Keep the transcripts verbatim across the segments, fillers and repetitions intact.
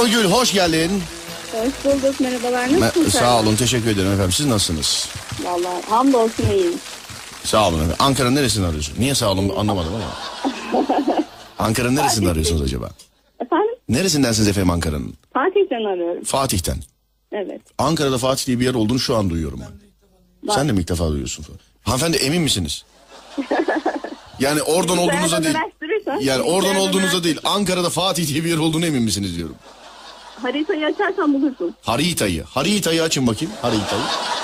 Gül hoş geldin. Hoş bulduk, merhabalar. Nasılsınız? Sağ olun, teşekkür ederim efendim. Siz nasılsınız? Vallahi hamdolsun iyiyim. Sağ olun efendim. Ankara'nın neresini arıyorsun? Niye sağ olun anlamadım ama. Ankara'nın neresini arıyorsunuz acaba? Efendim? Neresindensiniz efendim Ankara'nın? Fatih'ten arıyorum. Fatih'ten. Evet. Ankara'da Fatih diye bir yer olduğunu şu an duyuyorum ben. Sen de mi ilk defa duyuyorsun? Hanımefendi emin misiniz? Yani oradan olduğunuza değil. Yani oradan olduğunuza değil. Ankara'da Fatih diye bir yer olduğunu emin misiniz diyorum. Haritayı açarsan bulursun. Haritayı. Haritayı açın bakayım. Haritayı.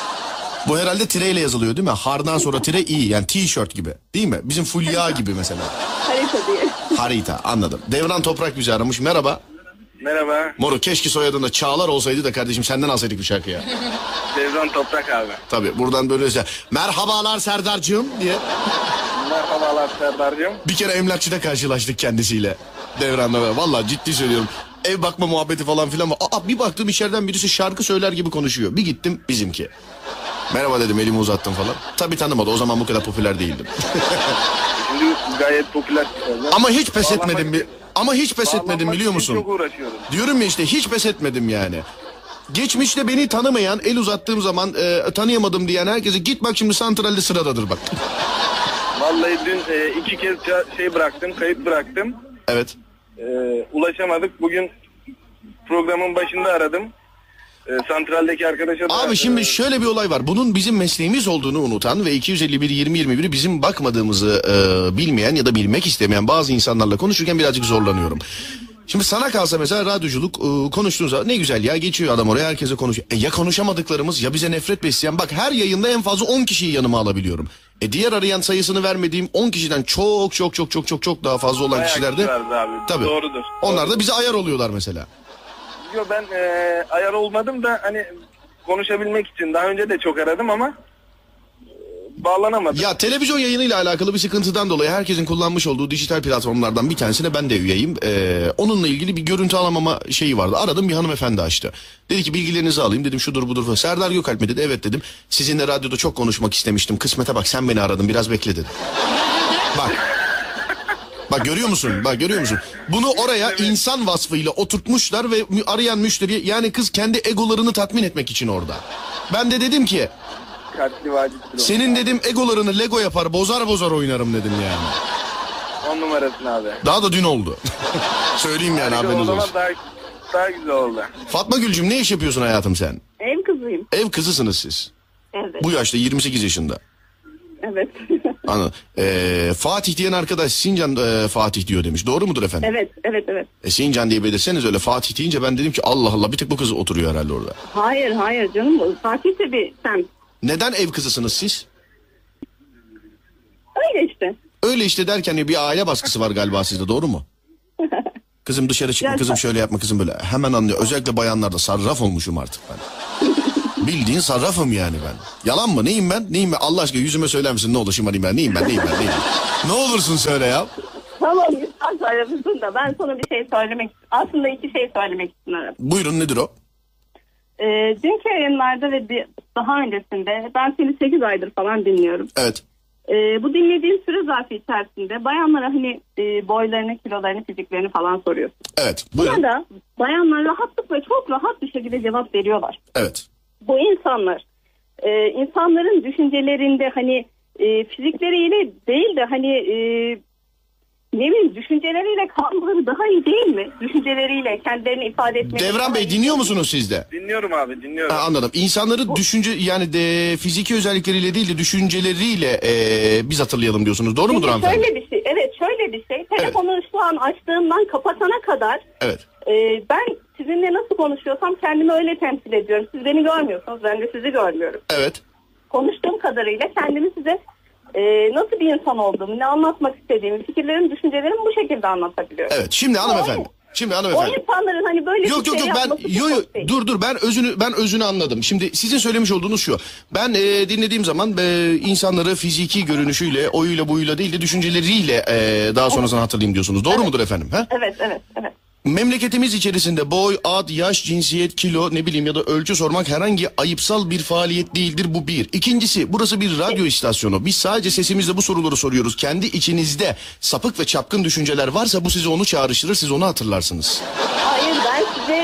Bu herhalde tireyle yazılıyor değil mi? Hardan sonra tire i yani t-shirt gibi. Değil mi? Bizim fulya gibi mesela. Harita diye. Harita anladım. Devran Toprak bizi aramış. Merhaba. Merhaba. Moru keşke soyadında Çağlar olsaydı da kardeşim senden alsaydık bir şarkı ya. Devran Toprak abi. Tabii buradan böyle özel. Merhabalar Serdar'cığım diye. Merhabalar Serdar'cığım. Bir kere emlakçıda karşılaştık kendisiyle. Devran'la. Vallahi ciddi söylüyorum. Ev bakma muhabbeti falan filan var. Aa, bir baktım içeriden birisi şarkı söyler gibi konuşuyor. Bir gittim bizimki. Merhaba dedim, elimi uzattım falan. Tabii tanımadı, o zaman bu kadar popüler değildim. Şimdi gayet popüler. Ama hiç pes etmedim. Bir... Ama hiç pes etmedim biliyor musun? Çok uğraşıyorum. Diyorum ya işte hiç pes etmedim yani. Geçmişte beni tanımayan, el uzattığım zaman e, tanıyamadım diyen herkese git bak şimdi santralde sıradadır bak. Vallahi dün e, iki kez şey bıraktım, kayıt bıraktım. Evet. E, ulaşamadık. Bugün programın başında aradım. E, santraldeki arkadaşa da... Abi şimdi e, şöyle bir olay var. Bunun bizim mesleğimiz olduğunu unutan ve iki yüz elli bir yirmi yirmi biri bizim bakmadığımızı e, bilmeyen ya da bilmek istemeyen bazı insanlarla konuşurken birazcık zorlanıyorum. Şimdi sana kalsa mesela radyoculuk e, konuştuğun zaman ne güzel ya, geçiyor adam oraya, herkese konuşuyor. E, ya konuşamadıklarımız ya bize nefret besleyen, bak her yayında en fazla on kişiyi yanıma alabiliyorum. E diğer arayan sayısını vermediğim on kişiden çok çok çok çok çok çok daha fazla olan bayağı kişilerde kişi vardı abi. tabii. Doğrudur. Onlar da bize ayar oluyorlar mesela. Yo, ben e, ayar olmadım da hani konuşabilmek için daha önce de çok aradım ama e, bağlanamadım. Ya televizyon yayınıyla alakalı bir sıkıntıdan dolayı herkesin kullanmış olduğu dijital platformlardan bir tanesine ben de üyeyim. Ee, onunla ilgili bir görüntü alamama şeyi vardı. Aradım, bir hanımefendi açtı. Dedi ki bilgilerinizi alayım, dedim şudur budur. Serdar Gökalp mi dedi, evet dedim. Sizinle radyoda çok konuşmak istemiştim. Kısmete bak sen beni aradın, biraz bekle dedi. Bak. Bak görüyor musun? Bak görüyor musun? Bunu oraya insan vasfıyla oturtmuşlar ve arayan müşteri, yani kız kendi egolarını tatmin etmek için orada. Ben de dedim ki Kalpli vaciptir o. senin dedim egolarını Lego yapar bozar bozar oynarım dedim yani. On numarasın abi. Daha da dün oldu. Söyleyeyim yani, Harika, o haberiniz zaman olsun. daha, daha güzel oldu. Fatma Gülcüm, ne iş yapıyorsun hayatım sen? Ev kızıyım. Ev kızısınız siz. Evet. Bu yaşta yirmi sekiz yaşında. Evet. Anladım. Ee, Fatih diyen arkadaş Sincan e, Fatih diyor demiş. Doğru mudur efendim? evet, evet, evet. E, Sincan diye belirseniz öyle, Fatih deyince ben dedim ki Allah Allah, bir tek bu kız oturuyor herhalde orada. Hayır, hayır canım. Fatih de bir sen. Neden ev kızısınız siz? Öyle işte. Öyle işte derken bir aile baskısı var galiba sizde, doğru mu? Kızım dışarı çıkma, Ya- kızım şöyle yapma, kızım böyle. Hemen anlıyor. Özellikle bayanlarda sarraf olmuşum artık ben. Bildiğin sarrafım yani ben. Yalan mı? Neyim ben? Neyim ben? Allah aşkına yüzüme söyler misin? Ne olur şımarayım ben? Neyim ben? Neyim ben? Neyim ben? Ne olursun söyle ya. Tamam, sen söylemişsin da ben sana bir şey söylemek, aslında iki şey söylemek için aradım. Buyurun, nedir o? Ee, dünkü yayınlarda ve bir, daha öncesinde ben seni sekiz aydır falan dinliyorum. Evet. Ee, bu dinlediğim süre zarfı içerisinde bayanlara hani e, boylarını, kilolarını, fiziklerini falan soruyorsun. Evet. Buna Buyurun. da bayanlar rahatlıkla, çok rahat bir şekilde cevap veriyorlar. Evet. Bu insanlar e, insanların düşüncelerinde hani e, fizikleriyle değil de hani e, ne bileyim düşünceleriyle kalmaları daha iyi değil mi? Düşünceleriyle kendilerini ifade etmek. Devran Bey, dinliyor musunuz siz de? Dinliyorum abi, dinliyorum. Ha, anladım. İnsanları düşünce yani de fiziki özellikleriyle değil de düşünceleriyle e, biz hatırlayalım diyorsunuz. Doğru mudur Çünkü hanımefendi? şöyle bir şey, evet şöyle bir şey. Telefonu şu an açtığımdan kapatana kadar Evet. e, ben sizinle nasıl konuşuyorsam kendimi öyle temsil ediyorum. Siz beni görmüyorsunuz, ben de sizi görmüyorum. Evet. Konuştuğum kadarıyla kendimi size e, nasıl bir insan olduğumu, ne anlatmak istediğimi, fikirlerimi, düşüncelerimi bu şekilde anlatabiliyorum. Evet. Şimdi hanımefendi. O- Şimdi O hanımefendi. insanların hani böyle Yok bir yok şey yok ben yapması çok yo, yo, hoş değil. dur dur ben özünü ben özünü anladım. Şimdi sizin söylemiş olduğunuz şu. Ben e, dinlediğim zaman e, insanları fiziki görünüşüyle, oyuyla buyuyla değil de düşünceleriyle e, daha sonrasını hatırlayayım diyorsunuz. Doğru mudur efendim? Ha? Evet, evet, evet. Memleketimiz içerisinde boy, ad, yaş, cinsiyet, kilo ne bileyim ya da ölçü sormak herhangi ayıpsal bir faaliyet değildir, bu bir. İkincisi, burası bir radyo istasyonu. Biz sadece sesimizle bu soruları soruyoruz. Kendi içinizde sapık ve çapkın düşünceler varsa bu sizi onu çağrıştırır, siz onu hatırlarsınız. Hayır, ben size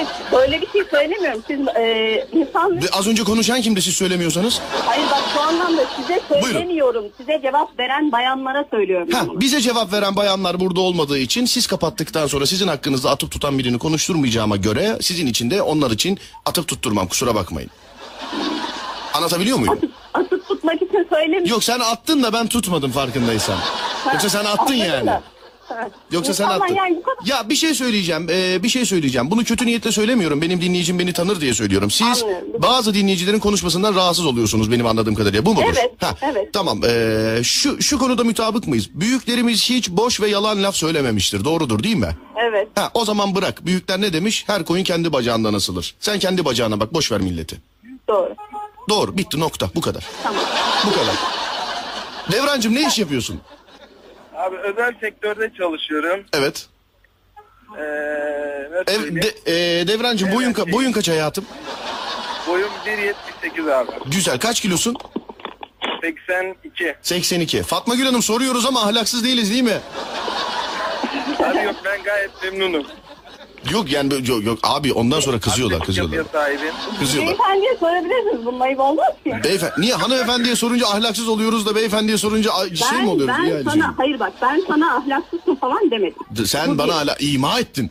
Hayır böyle bir şey söylemiyorum. Siz e, insan... Ve az önce konuşan kimdi siz söylemiyorsanız? Hayır bak şu anlamda size söylemiyorum. Size cevap veren bayanlara söylüyorum. Ha, bunu. bize cevap veren bayanlar burada olmadığı için siz kapattıktan sonra sizin hakkınızda atıp tutan birini konuşturmayacağıma göre sizin için de onlar için atıp tutturmam, kusura bakmayın. Anlatabiliyor muyum? Atıp, atıp tutmak için söylemiyorum. Yok sen attın da ben tutmadım farkındaysan. Yoksa sen attın yani. Yoksa sen İnsanlar attın. yani bu kadar- Ya bir şey söyleyeceğim, ee, bir şey söyleyeceğim. Bunu kötü niyetle söylemiyorum. Benim dinleyicim beni tanır diye söylüyorum. Siz Anlıyorum. bazı dinleyicilerin konuşmasından rahatsız oluyorsunuz benim anladığım kadarıyla. Bu mudur? Evet, Ha, evet. Tamam. ee, şu şu konuda mutabık mıyız? Büyüklerimiz hiç boş ve yalan laf söylememiştir. Doğrudur değil mi? Evet. Ha, o zaman bırak. Büyükler ne demiş? Her koyun kendi bacağından asılır. Sen kendi bacağına bak. Boş ver milleti. Doğru. Doğru. Bitti. Nokta. Bu kadar. Tamam. Bu kadar. Devrancığım ne iş yapıyorsun? Abi özel sektörde çalışıyorum. Evet. Ee, nasıl Ev, söyleyeyim? de, ee, Devrancığım boyun, ka- boyun kaç hayatım? Boyum bir yetmiş sekiz abi. Güzel. Kaç kilosun? seksen iki. seksen iki. Fatma Gül Hanım soruyoruz ama ahlaksız değiliz değil mi? Abi yok ben gayet memnunum. Yok yani böyle- yok, yok abi ondan sonra kızıyorlar Aktif kızıyorlar. yapıya sahibim. Kızıyorlar. Beyefendiye sorabilirsiniz. Bunun ayıp olmaz ki. Beyefendi niye hanımefendiye sorunca ahlaksız oluyoruz da beyefendiye sorunca a- şey mi Ben, oluyoruz? ben Yani sana, şey- hayır bak ben sana ahlaksızsın falan demedim. Sen Bu bana değil. hala ima ettin.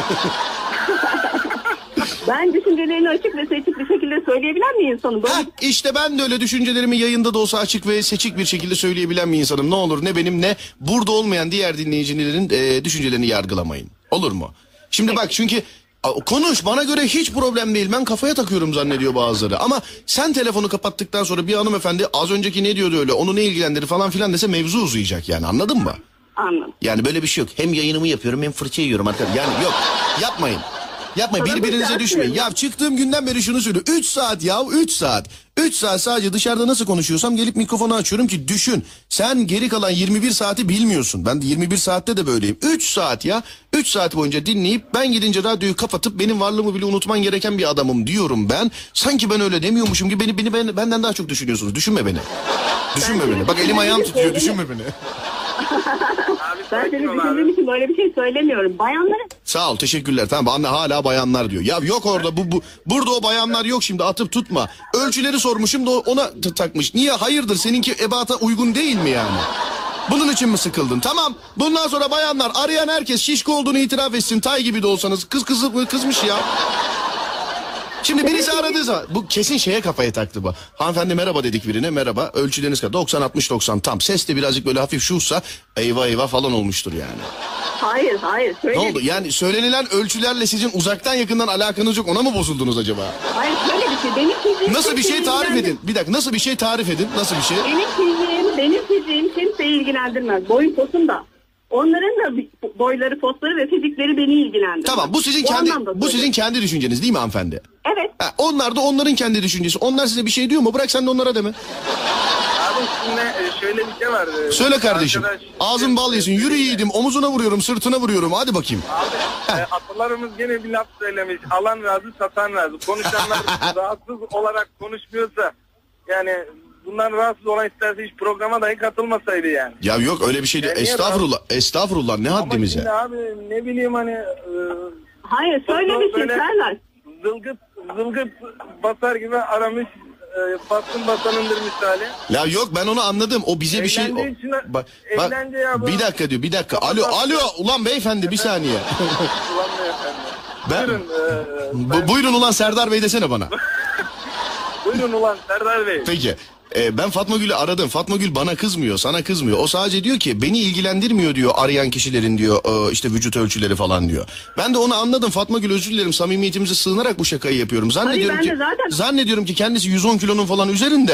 Ben düşüncelerini açık ve seçik bir şekilde söyleyebilen bir insanım. Böyle Ha, işte ben de öyle düşüncelerimi yayında da olsa açık ve seçik bir şekilde söyleyebilen bir insanım. Ne olur ne benim ne burada olmayan diğer dinleyicilerin e, düşüncelerini yargılamayın. Olur mu? Şimdi bak çünkü a, konuş bana göre hiç problem değil. Ben kafaya takıyorum zannediyor bazıları. Ama sen telefonu kapattıktan sonra bir hanımefendi az önceki ne diyordu öyle onu ne ilgilendirir falan filan dese mevzu uzayacak yani anladın mı? anladım. Yani böyle bir şey yok. Hem yayınımı yapıyorum hem fırça yiyorum arkadaşlar. Yani yok yapmayın. Yapmayın Sana birbirinize fırça düşmeyin. atmıyorum. Ya çıktığım günden beri şunu söylüyor. üç saat ya üç saat. üç saat sadece dışarıda nasıl konuşuyorsam gelip mikrofonu açıyorum ki düşün. Sen geri kalan yirmi bir saati bilmiyorsun. Ben de yirmi bir saatte de böyleyim. üç saat ya. üç saat boyunca dinleyip ben gidince radyoyu kapatıp benim varlığımı bile unutman gereken bir adamım diyorum ben. Sanki ben öyle demiyormuşum gibi beni, beni ben, benden daha çok düşünüyorsunuz. Düşünme beni. Düşünme beni. Bak elim ayağım titriyor. Düşünme beni. Abi Ben sakin seni ol düşündüğüm abi. için böyle bir şey söylemiyorum. Bayanlara Sağ ol teşekkürler tamam anne hala bayanlar diyor. Ya yok orada bu, bu burada o bayanlar yok şimdi atıp tutma. Ölçüleri sormuşum da ona t- takmış. Niye hayırdır seninki ebata uygun değil mi yani? Bunun için mi sıkıldın? Tamam bundan sonra bayanlar arayan herkes şişko olduğunu itiraf etsin. Tay gibi de olsanız kız kızı kızmış ya. Şimdi birisi aradığı zaman bu kesin şeye kafaya taktı bu. Hanımefendi merhaba dedik birine merhaba ölçüleriniz kadar doksan altmış doksan tam ses de birazcık böyle hafif şuşsa eyvah eyvah falan olmuştur yani. hayır hayır. Ne Şöyle, oldu? Yani söylenilen ölçülerle sizin uzaktan yakından alakanız yok. Ona mı bozuldunuz acaba? Hayır şöyle bir şey. Benim fiziğim Nasıl bir şey kimseyi tarif ilgilendir- edin? Bir dakika nasıl bir şey tarif edin? Nasıl bir şey? Benim fiziğim, benim fiziğim kimseyi ilgilendirmez. Boyun posum da. Onların da bi- boyları, posları ve fizikleri beni ilgilendirmez. Tamam bu sizin Bu kendi anlamda bu söylüyorum. sizin kendi düşünceniz değil mi hanımefendi? Evet. Ha, onlar da onların kendi düşüncesi. Onlar size bir şey diyor mu? Bırak sen de onlara deme. Abi şimdi e, şöyle bir şey var. e, Söyle kardeşim. arkadaş- Ağzın bal yesin. Yürü yiğidim. Omuzuna vuruyorum, sırtına vuruyorum. Hadi bakayım. Abi e, atalarımız gene bir laf söylemiş. Alan razı, satan razı. Konuşanlar rahatsız olarak konuşmuyorsa yani bundan rahatsız olan isterse hiç programa dahi katılmasaydı yani. Ya yok öyle bir şey değil. Ya niye Estağfurullah. Estağfurullah. Ne Ama haddimize. şimdi abi ne bileyim hani e, Hayır söyle bir şey böyle Serdar. zılgıt zılgıt basar gibi aramış e, baskın basanındır misali. Ya yok ben onu anladım. O bize bir şey... Eğlence o- için- bak, eğlence ya bu. bir dakika diyor bir dakika. Alo alo ulan beyefendi bir saniye. Ulan beyefendi. Ben- Buyurun, e, Bu, ben- buyurun ulan Serdar Bey desene bana. buyurun ulan Serdar Bey. Peki. Ee, ben Fatma Gül'ü aradım. Fatma Gül bana kızmıyor, sana kızmıyor. O sadece diyor ki beni ilgilendirmiyor diyor arayan kişilerin diyor e, işte vücut ölçüleri falan diyor. Ben de onu anladım. Fatma Gül özür dilerim samimiyetimize sığınarak bu şakayı yapıyorum. Zannediyorum Hayır, ben ki de zaten- zannediyorum ki kendisi yüz on kilonun falan üzerinde.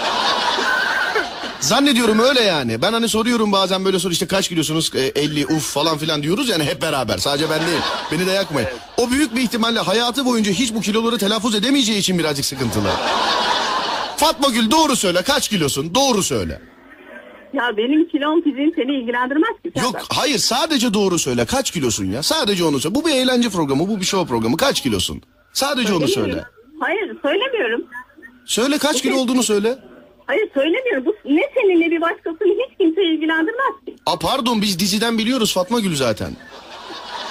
Zannediyorum öyle yani. Ben hani soruyorum bazen böyle soru işte kaç kilosunuz? E, elli uf falan filan diyoruz yani hep beraber. Sadece ben değil. Beni de yakmayın. O büyük bir ihtimalle hayatı boyunca hiç bu kiloları telaffuz edemeyeceği için birazcık sıkıntılı. Fatma Gül doğru söyle kaç kilosun? Doğru söyle. Ya benim kilom fiziğim seni ilgilendirmez ki Serdar. Yok hayır sadece doğru söyle kaç kilosun ya? Sadece onu söyle. Bu bir eğlence programı bu bir show programı. Kaç kilosun? Sadece onu söyle. Söylemiyorum. Hayır söylemiyorum. Söyle kaç kilo olduğunu söyle. Hayır söylemiyorum. Bu ne senin ne bir başkasını hiç kimse ilgilendirmez ki. Aa pardon biz diziden biliyoruz Fatma Gül zaten.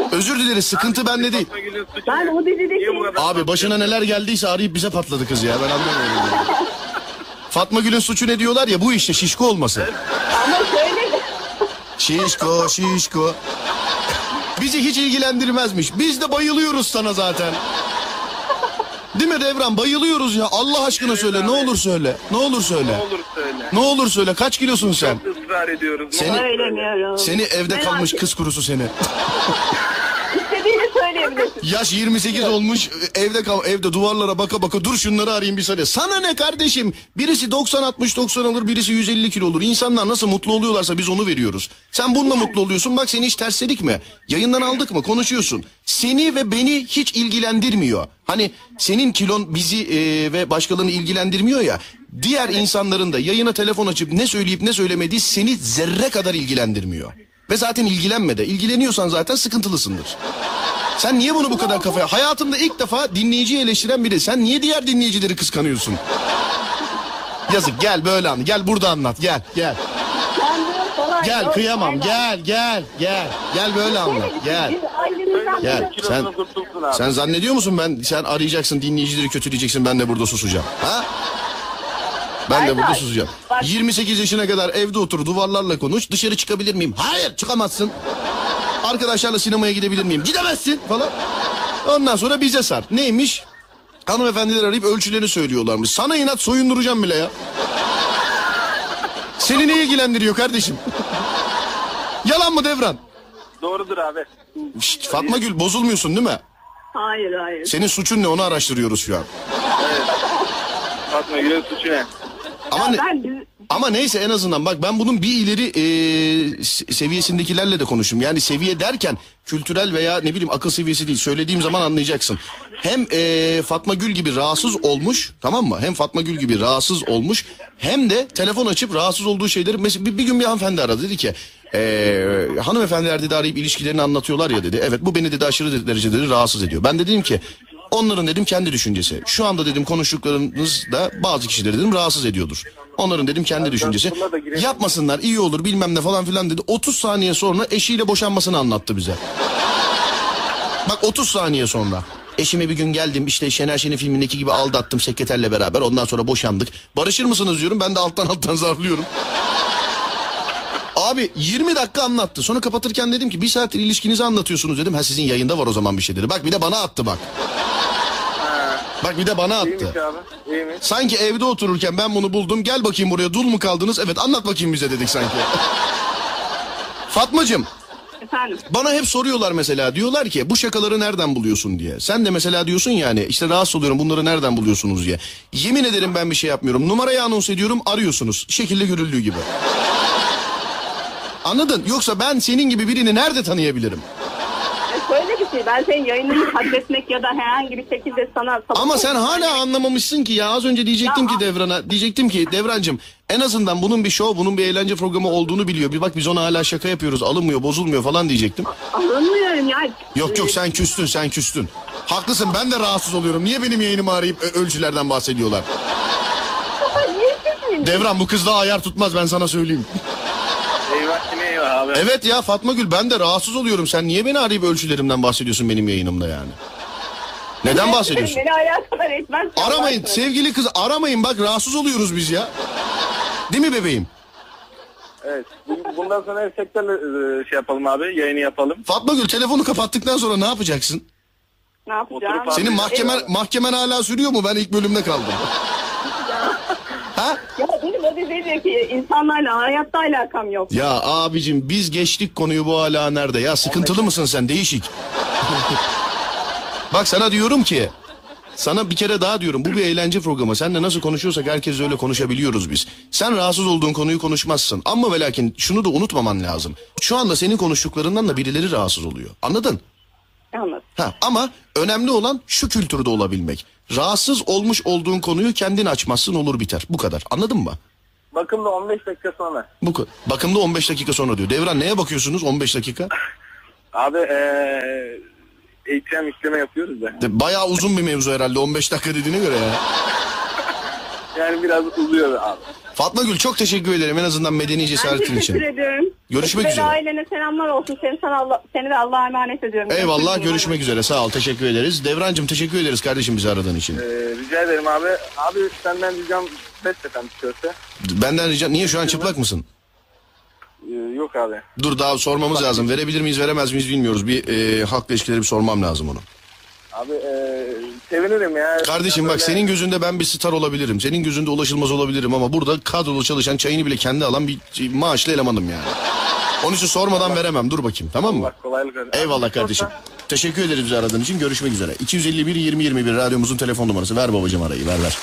Özür dileriz, sıkıntı bende değil. Fatma Gül'ün suçu Ben ne? o dizideki- Niye bu kadar Abi başına neler geldiyse arayıp bize patladı kız ya, ben anlamıyorum. ya. Fatma Gül'ün suçu ne diyorlar ya, bu işte şişko olması. Ama şöyle de. Şişko şişko. Bizi hiç ilgilendirmezmiş. Biz de bayılıyoruz sana zaten. Değil mi Devran? Bayılıyoruz ya. Allah aşkına söyle. Ne olur söyle. Ne olur söyle. Ne olur söyle. Ne olur söyle. Kaç kilosun sen? Çok ısrar ediyoruz. Ne Seni- olur söyle. Söylemiyorum. Seni evde Merak kalmış et- kız kurusu seni. İstediğini söyleyebilirsin. Yaş yirmi sekiz olmuş, evde kal, evde duvarlara baka baka dur şunları arayayım bir saniye. Sana ne kardeşim? Birisi doksan altmış doksan olur, birisi yüz elli kilo olur. İnsanlar nasıl mutlu oluyorlarsa biz onu veriyoruz. Sen bununla mutlu oluyorsun. Bak seni hiç tersledik mi? Yayından aldık mı? Konuşuyorsun. Seni ve beni hiç ilgilendirmiyor. Hani senin kilon bizi e, ve başkalarını ilgilendirmiyor ya. Diğer insanların da yayına telefon açıp ne söyleyip ne söylemediği seni zerre kadar ilgilendirmiyor. Ve zaten ilgilenme de. İlgileniyorsan zaten sıkıntılısındır. Sen niye bunu bu kadar kafaya... Hayatımda ilk defa dinleyiciyi eleştiren biri. Sen niye diğer dinleyicileri kıskanıyorsun? Yazık, gel böyle anlat. Gel burada anlat. Gel gel. Kendine kolay Gel yok, kıyamam. aynen. Gel gel gel. Gel böyle anlat. Gel. Biz ailemizden Gel. biri- Sen Kilosunu kurtulsun abi. sen zannediyor musun ben sen arayacaksın, dinleyicileri kötüleyeceksin, ben de burada susacağım. Ha? Ben de burada Serdar, susacağım. bak- yirmi sekiz yaşına kadar evde otur, duvarlarla konuş. Dışarı çıkabilir miyim? Hayır, çıkamazsın. Arkadaşlarla sinemaya gidebilir miyim? Gidemezsin falan. Ondan sonra bize sar. Neymiş? Hanımefendiler arayıp ölçülerini söylüyorlarmış. Sana inat soyunduracağım bile ya. Seni ne ilgilendiriyor kardeşim? Yalan mı Devran? Doğrudur abi. Şşt, Fatma Gül, bozulmuyorsun değil mi? Hayır hayır. Senin suçun ne, onu araştırıyoruz şu an. Fatma Gül'ün suçu ne? Ama Ya ne, ben biz- ama neyse, en azından bak ben bunun bir ileri e, se- seviyesindekilerle de konuştum. Yani seviye derken kültürel veya ne bileyim akıl seviyesi değil. Söylediğim zaman anlayacaksın. Hem e, Fatma Gül gibi rahatsız olmuş, tamam mı? Hem Fatma Gül gibi rahatsız olmuş, hem de telefon açıp rahatsız olduğu şeyleri mesela bir, bir gün bir hanımefendi aradı, dedi ki e, hanımefendiler dedi arayıp ilişkilerini anlatıyorlar ya dedi. Evet, bu beni dedi aşırı derecede dedi rahatsız ediyor. Ben de dedim ki onların dedim kendi düşüncesi. Şu anda dedim konuştuklarınız da bazı kişileri dedim rahatsız ediyordur. Onların dedim kendi düşüncesi. bununla da girelim. Yapmasınlar, iyi olur bilmem ne falan filan dedi. otuz saniye sonra eşiyle boşanmasını anlattı bize. Bak otuz saniye sonra. Eşime bir gün geldim, işte Şener Şen'in filmindeki gibi aldattım sekreterle beraber. Ondan sonra boşandık. Barışır mısınız diyorum, ben de alttan alttan zarflıyorum. Abi yirmi dakika anlattı. Sonra kapatırken dedim ki bir saattir ilişkinizi anlatıyorsunuz dedim. Ha, sizin yayında var o zaman bir şey dedi. Bak bir de bana attı bak. Bak bir de bana İyiymiş attı. abi. İyiymiş. Sanki evde otururken ben bunu buldum. Gel bakayım buraya, dul mu kaldınız? Evet, anlat bakayım bize dedik sanki. Fatmacığım, Efendim. bana hep soruyorlar mesela, diyorlar ki bu şakaları nereden buluyorsun diye. Sen de mesela diyorsun yani işte rahatsız oluyorum, bunları nereden buluyorsunuz diye. Yemin ederim ben bir şey yapmıyorum. Numarayı anons ediyorum, arıyorsunuz. Şekilde görüldüğü gibi. Anladın? Yoksa ben senin gibi birini nerede tanıyabilirim? E, Şöyle bir şey, ben senin yayınını katletmek ya da herhangi bir şekilde sana... Ama sen hala anlamamışsın ki ya. Az önce diyecektim ki Devran'a, diyecektim ki Devrancığım en azından bunun bir show, bunun bir eğlence programı olduğunu biliyor. Bir bak biz ona hala şaka yapıyoruz, alınmıyor, bozulmuyor falan diyecektim. Alınmıyorum ya. Yok yok, sen küstün, sen küstün. Haklısın, ben de rahatsız oluyorum. Niye benim yayınımı arayıp ö- ölçülerden bahsediyorlar? Niye küsmeyeyim? Devran, bu kız daha ayar tutmaz, ben sana söyleyeyim. Eyvah yine eyvah abi. Evet ya Fatma Gül, ben de rahatsız oluyorum. Sen niye beni arayıp ölçülerimden bahsediyorsun benim yayınımda yani? Neden bahsediyorsun? Beni alakadar etmez. Aramayın sevgili kız, aramayın, bak rahatsız oluyoruz biz ya. Değil mi bebeğim? Evet. Bu- Bundan sonra her sektörle e, şey yapalım abi. Yayını yapalım. Fatma Gül, telefonu kapattıktan sonra ne yapacaksın? Ne yapacağım? Oturup Senin mahkemen Eyvallah. mahkemen hala sürüyor mu? Ben ilk bölümde kaldım. Ha? Ya benim o dizideki insanlarla hayatta alakam yok. Ya abicim biz geçtik konuyu, bu hala nerede? Ya sıkıntılı mısın sen? Değişik. Bak sana diyorum ki, sana bir kere daha diyorum, bu bir eğlence programı. Seninle nasıl konuşuyorsak herkesle öyle konuşabiliyoruz biz. Sen rahatsız olduğun konuyu konuşmazsın. Ama ve lakin şunu da unutmaman lazım. Şu anda senin konuştuklarından da birileri rahatsız oluyor. Anladın? Anladım. Ha, ama önemli olan şu kültürde olabilmek. Rahatsız olmuş olduğun konuyu kendin açmazsın, olur biter. Bu kadar. Anladın mı? Bakımda on beş dakika sonra. Bu ka- Bakımda on beş dakika sonra diyor. Devran, neye bakıyorsunuz on beş dakika? Abi eee eğitim işleme yapıyoruz da. De- Bayağı uzun bir mevzu herhalde on beş dakika dediğine göre ya. Yani biraz uzuyor abi. Fatma Gül çok teşekkür ederim en azından medeni Ben cesaretin için. teşekkür ediyorum. Görüşmek Size üzere. ve ailene selamlar olsun. Seni, sana Allah, seni de Allah'a emanet ediyorum. Eyvallah Görüşürüz. görüşmek üzere sağ ol teşekkür ederiz. Devrancığım teşekkür ederiz kardeşim bizi aradığın için. Ee, rica ederim abi. Abi senden ricam Beste'den tişörte. Benden rica niye şu an çıplak mısın? Ee, yok abi. Dur daha sormamız lazım. Verebilir miyiz veremez miyiz bilmiyoruz. Bir e, halkla ilişkileri bir sormam lazım onu. Abi e, sevinirim ya. Kardeşim Ben bak böyle- senin gözünde ben bir star olabilirim. Senin gözünde ulaşılmaz olabilirim ama burada kadrolu çalışan çayını bile kendi alan bir maaşlı elemanım yani. Onun için sormadan veremem. Dur bakayım tamam mı? Allah kolaylık versin. Eyvallah Abi, kardeşim. sorsa- Teşekkür ederiz bizi aradığın için. Görüşmek üzere. iki yüz elli bir yirmi yirmi bir radyomuzun telefon numarası. Ver babacığım arayı ver ver.